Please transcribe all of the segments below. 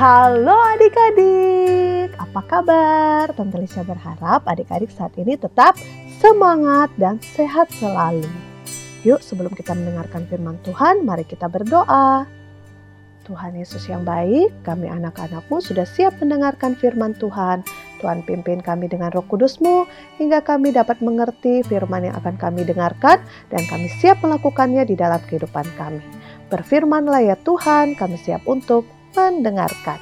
Halo adik-adik, apa kabar? Tante Lisha berharap adik-adik saat ini tetap semangat dan sehat selalu. Yuk sebelum kita mendengarkan firman Tuhan, mari kita berdoa. Tuhan Yesus yang baik, kami anak-anakmu sudah siap mendengarkan firman Tuhan. Tuhan pimpin kami dengan Roh Kudus-Mu hingga kami dapat mengerti firman yang akan kami dengarkan dan kami siap melakukannya di dalam kehidupan kami. Berfirmanlah ya Tuhan, kami siap untuk mendengarkan.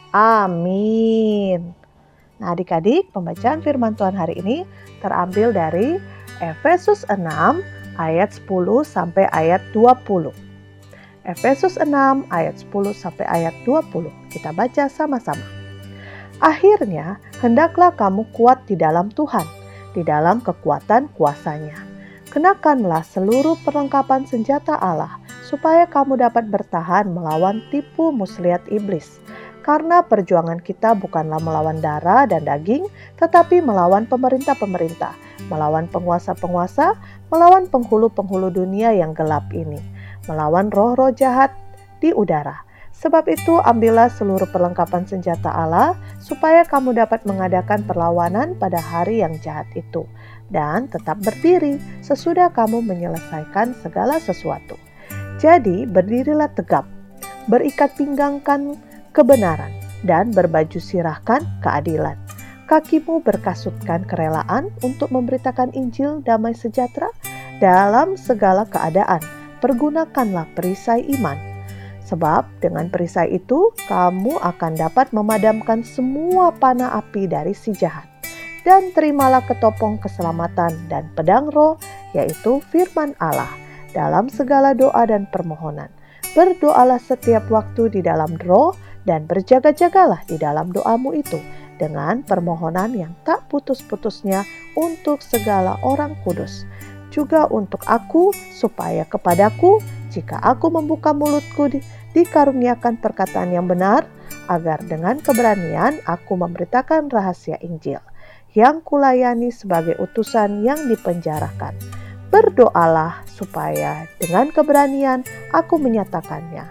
Amin. Nah adik-adik, pembacaan firman Tuhan hari ini terambil dari Efesus 6 ayat 10 sampai ayat 20. Efesus 6 ayat 10 sampai ayat 20. Kita baca sama-sama. Akhirnya, hendaklah kamu kuat di dalam Tuhan, di dalam kekuatan kuasa-Nya. Kenakanlah seluruh perlengkapan senjata Allah, supaya kamu dapat bertahan melawan tipu muslihat iblis. Karena perjuangan kita bukanlah melawan darah dan daging, tetapi melawan pemerintah-pemerintah, melawan penguasa-penguasa, melawan penghulu-penghulu dunia yang gelap ini, melawan roh-roh jahat di udara. Sebab itu ambillah seluruh perlengkapan senjata Allah, supaya kamu dapat mengadakan perlawanan pada hari yang jahat itu, dan tetap berdiri sesudah kamu menyelesaikan segala sesuatu. Jadi berdirilah tegap, berikat pinggangkan kebenaran, dan berbaju sirahkan keadilan. Kakimu berkasutkan kerelaan untuk memberitakan Injil damai sejahtera dalam segala keadaan. Pergunakanlah perisai iman, sebab dengan perisai itu kamu akan dapat memadamkan semua panah api dari si jahat. Dan terimalah ketopong keselamatan dan pedang roh, yaitu firman Allah, dalam segala doa dan permohonan. Berdoalah setiap waktu di dalam roh dan berjaga-jagalah di dalam doamu itu dengan permohonan yang tak putus-putusnya untuk segala orang kudus. Juga untuk aku, supaya kepadaku, jika aku membuka mulutku dikaruniakan perkataan yang benar, agar dengan keberanian aku memberitakan rahasia Injil, yang kulayani sebagai utusan yang dipenjarakan. Berdoalah supaya dengan keberanian aku menyatakannya,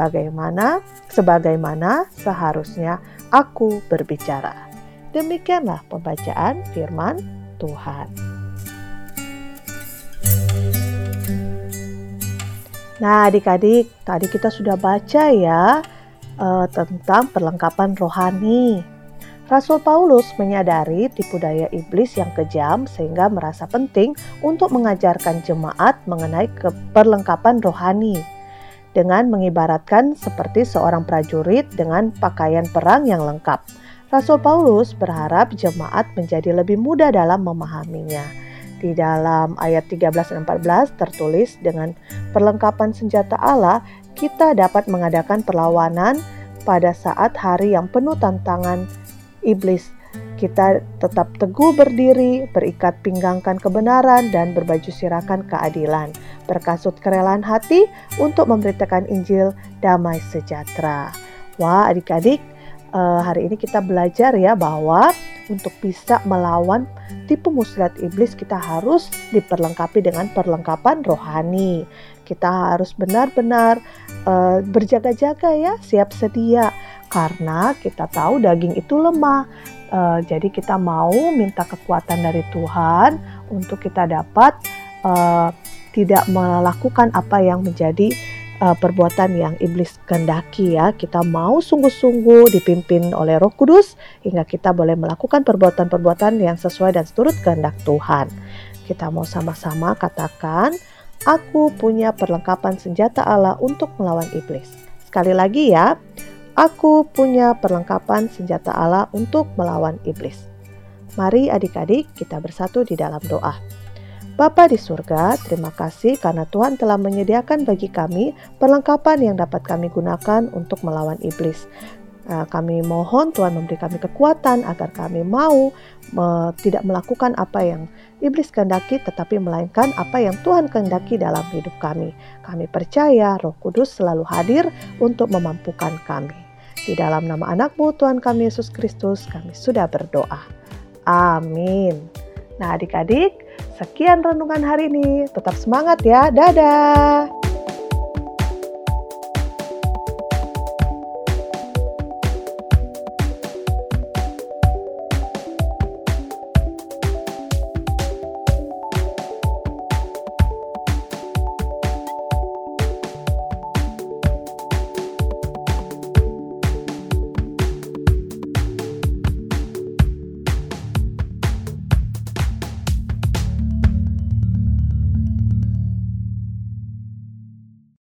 sebagaimana seharusnya aku berbicara. Demikianlah pembacaan firman Tuhan. Nah adik-adik, tadi kita sudah baca ya tentang perlengkapan rohani. Rasul Paulus menyadari tipu daya iblis yang kejam sehingga merasa penting untuk mengajarkan jemaat mengenai perlengkapan rohani. Dengan mengibaratkan seperti seorang prajurit dengan pakaian perang yang lengkap. Rasul Paulus berharap jemaat menjadi lebih mudah dalam memahaminya. Di dalam ayat 13 dan 14 tertulis, dengan perlengkapan senjata Allah, kita dapat mengadakan perlawanan pada saat hari yang penuh tantangan iblis. Kita tetap teguh berdiri, berikat pinggangkan kebenaran, dan berbaju sirahkan keadilan. Berkasut kerelaan hati untuk memberitakan Injil damai sejahtera. Wah adik-adik, hari ini kita belajar ya bahwa untuk bisa melawan tipu muslihat iblis kita harus diperlengkapi dengan perlengkapan rohani. Kita harus benar-benar berjaga-jaga ya, siap sedia. Karena kita tahu daging itu lemah, jadi kita mau minta kekuatan dari Tuhan untuk kita dapat tidak melakukan apa yang menjadi perbuatan yang iblis kehendaki ya. Kita mau sungguh-sungguh dipimpin oleh Roh Kudus hingga kita boleh melakukan perbuatan-perbuatan yang sesuai dan seturut kehendak Tuhan. Kita mau sama-sama katakan, aku punya perlengkapan senjata Allah untuk melawan iblis. Sekali lagi ya, aku punya perlengkapan senjata Allah untuk melawan iblis. Mari adik-adik kita bersatu di dalam doa. Bapa di surga, terima kasih karena Tuhan telah menyediakan bagi kami perlengkapan yang dapat kami gunakan untuk melawan iblis. Kami mohon Tuhan memberi kami kekuatan agar kami mau tidak melakukan apa yang iblis kehendaki, tetapi melainkan apa yang Tuhan kehendaki dalam hidup kami. Kami percaya Roh Kudus selalu hadir untuk memampukan kami. Di dalam nama anak-Mu Tuhan kami Yesus Kristus, kami sudah berdoa. Amin. Nah adik-adik, sekian renungan hari ini. Tetap semangat ya. Dadah.